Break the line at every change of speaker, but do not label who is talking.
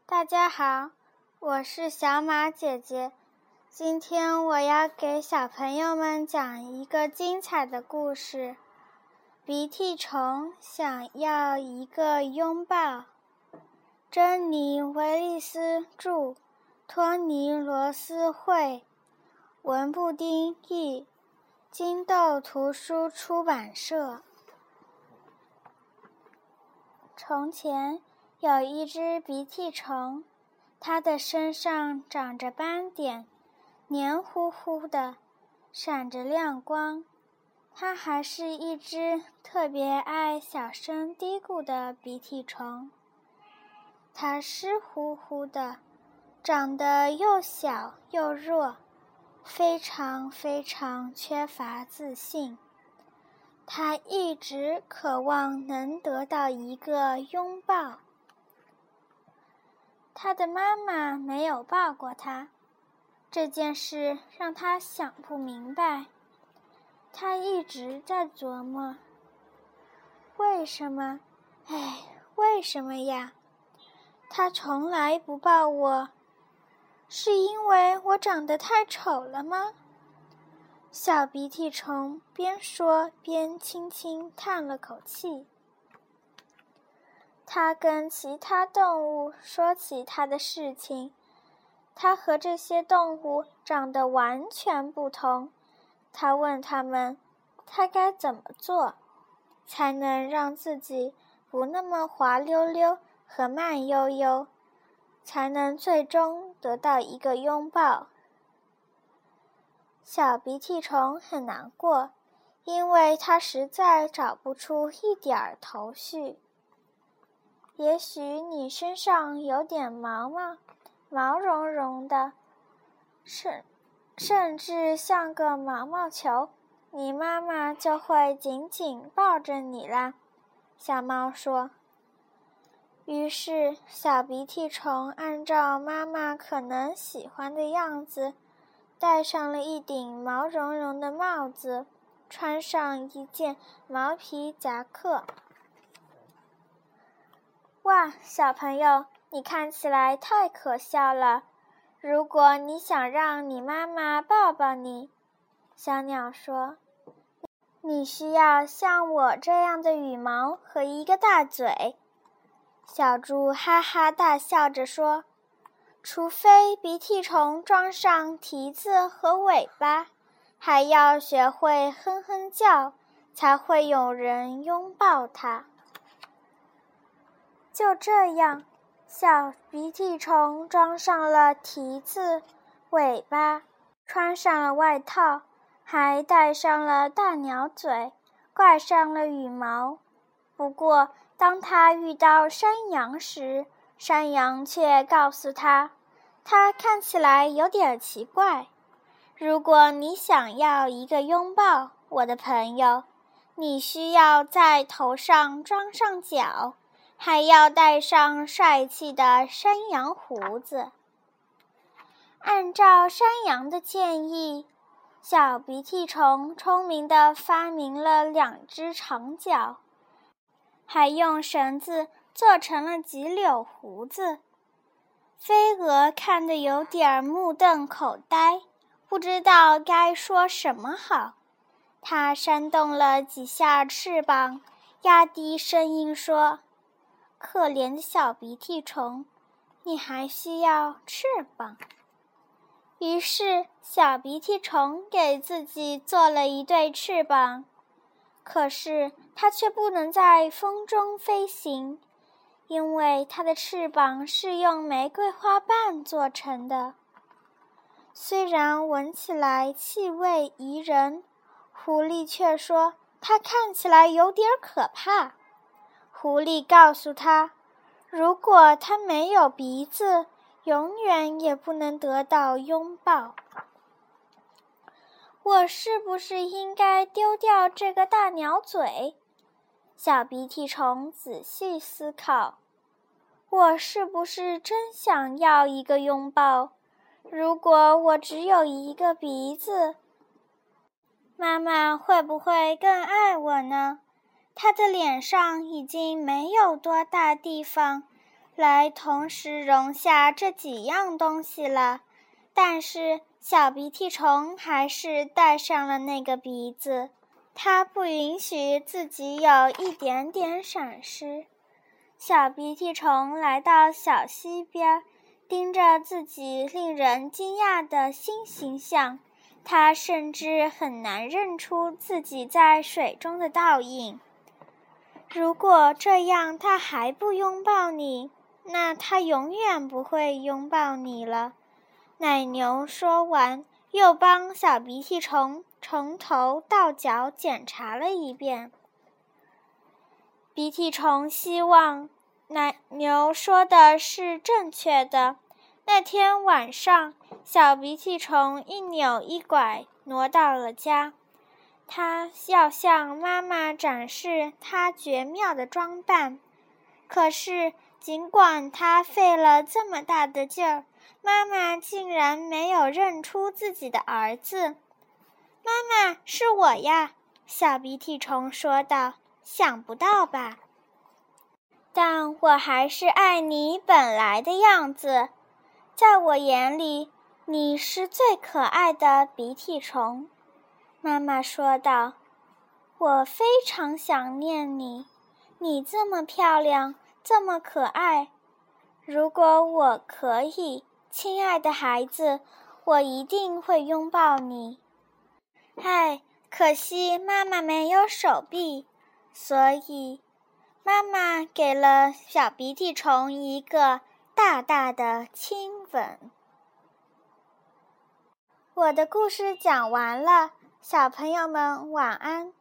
大家好，我是小马姐姐。今天我要给小朋友们讲一个精彩的故事。鼻涕虫想要一个拥抱。珍妮·威利斯著，托尼·罗斯绘，文布丁译，金豆图书出版社。从前有一只鼻涕虫，它的身上长着斑点，黏糊糊的，闪着亮光。它还是一只特别爱小声嘀咕的鼻涕虫。它湿乎乎的，长得又小又弱，非常非常缺乏自信。它一直渴望能得到一个拥抱。他的妈妈没有抱过他，这件事让他想不明白。他一直在琢磨，为什么？为什么呀？他从来不抱我，是因为我长得太丑了吗？小鼻涕虫边说边轻轻叹了口气。他跟其他动物说起他的事情，他和这些动物长得完全不同。他问他们，他该怎么做，才能让自己不那么滑溜溜和慢悠悠，才能最终得到一个拥抱。小鼻涕虫很难过，因为他实在找不出一点头绪。也许你身上有点毛茸茸的，甚至像个毛毛球，你妈妈就会紧紧抱着你啦。小猫说。于是小鼻涕虫按照妈妈可能喜欢的样子，戴上了一顶毛茸茸的帽子，穿上一件毛皮夹克。哇，小朋友，你看起来太可笑了。如果你想让你妈妈抱抱你，小鸟说，你需要像我这样的羽毛和一个大嘴。小猪哈哈大笑着说，除非鼻涕虫装上蹄子和尾巴，还要学会哼哼叫，才会有人拥抱它。就这样，小鼻涕虫装上了蹄子、尾巴，穿上了外套，还戴上了大鸟嘴，挂上了羽毛。不过，当它遇到山羊时，山羊却告诉它看起来有点奇怪。如果你想要一个拥抱，我的朋友，你需要在头上装上角，还要戴上帅气的山羊胡子。按照山羊的建议，小鼻涕虫聪明地发明了2只长角，还用绳子做成了几绺胡子。飞蛾看得有点目瞪口呆，不知道该说什么好。它扇动了几下翅膀，压低声音说，可怜的小鼻涕虫，你还需要翅膀。于是小鼻涕虫给自己做了一对翅膀，可是它却不能在风中飞行，因为它的翅膀是用玫瑰花瓣做成的。虽然闻起来气味宜人，狐狸却说它看起来有点可怕。狐狸告诉他，如果他没有鼻子，永远也不能得到拥抱。我是不是应该丢掉这个大鸟嘴？小鼻涕虫仔细思考。我是不是真想要一个拥抱？如果我只有一个鼻子，妈妈会不会更爱我呢？她的脸上已经没有多大地方来同时容下这几样东西了，但是小鼻涕虫还是戴上了那个鼻子，它不允许自己有一点点闪失。小鼻涕虫来到小溪边，盯着自己令人惊讶的新形象，它甚至很难认出自己在水中的倒影。如果这样它还不拥抱你，那它永远不会拥抱你了。奶牛说完，又帮小鼻涕虫从头到脚检查了一遍。鼻涕虫希望奶牛说的是正确的。那天晚上，小鼻涕虫一扭一拐挪到了家，它要向妈妈展示它绝妙的装扮。可是尽管它费了这么大的劲儿，妈妈竟然没有认出自己的儿子。妈妈，是我呀，小鼻涕虫说道，想不到吧？但我还是爱你本来的样子，在我眼里，你是最可爱的鼻涕虫。妈妈说道，我非常想念你，你这么漂亮，这么可爱。如果我可以，亲爱的孩子，我一定会拥抱你。唉，可惜妈妈没有手臂，所以妈妈给了小鼻涕虫一个大大的亲吻。我的故事讲完了，小朋友们晚安。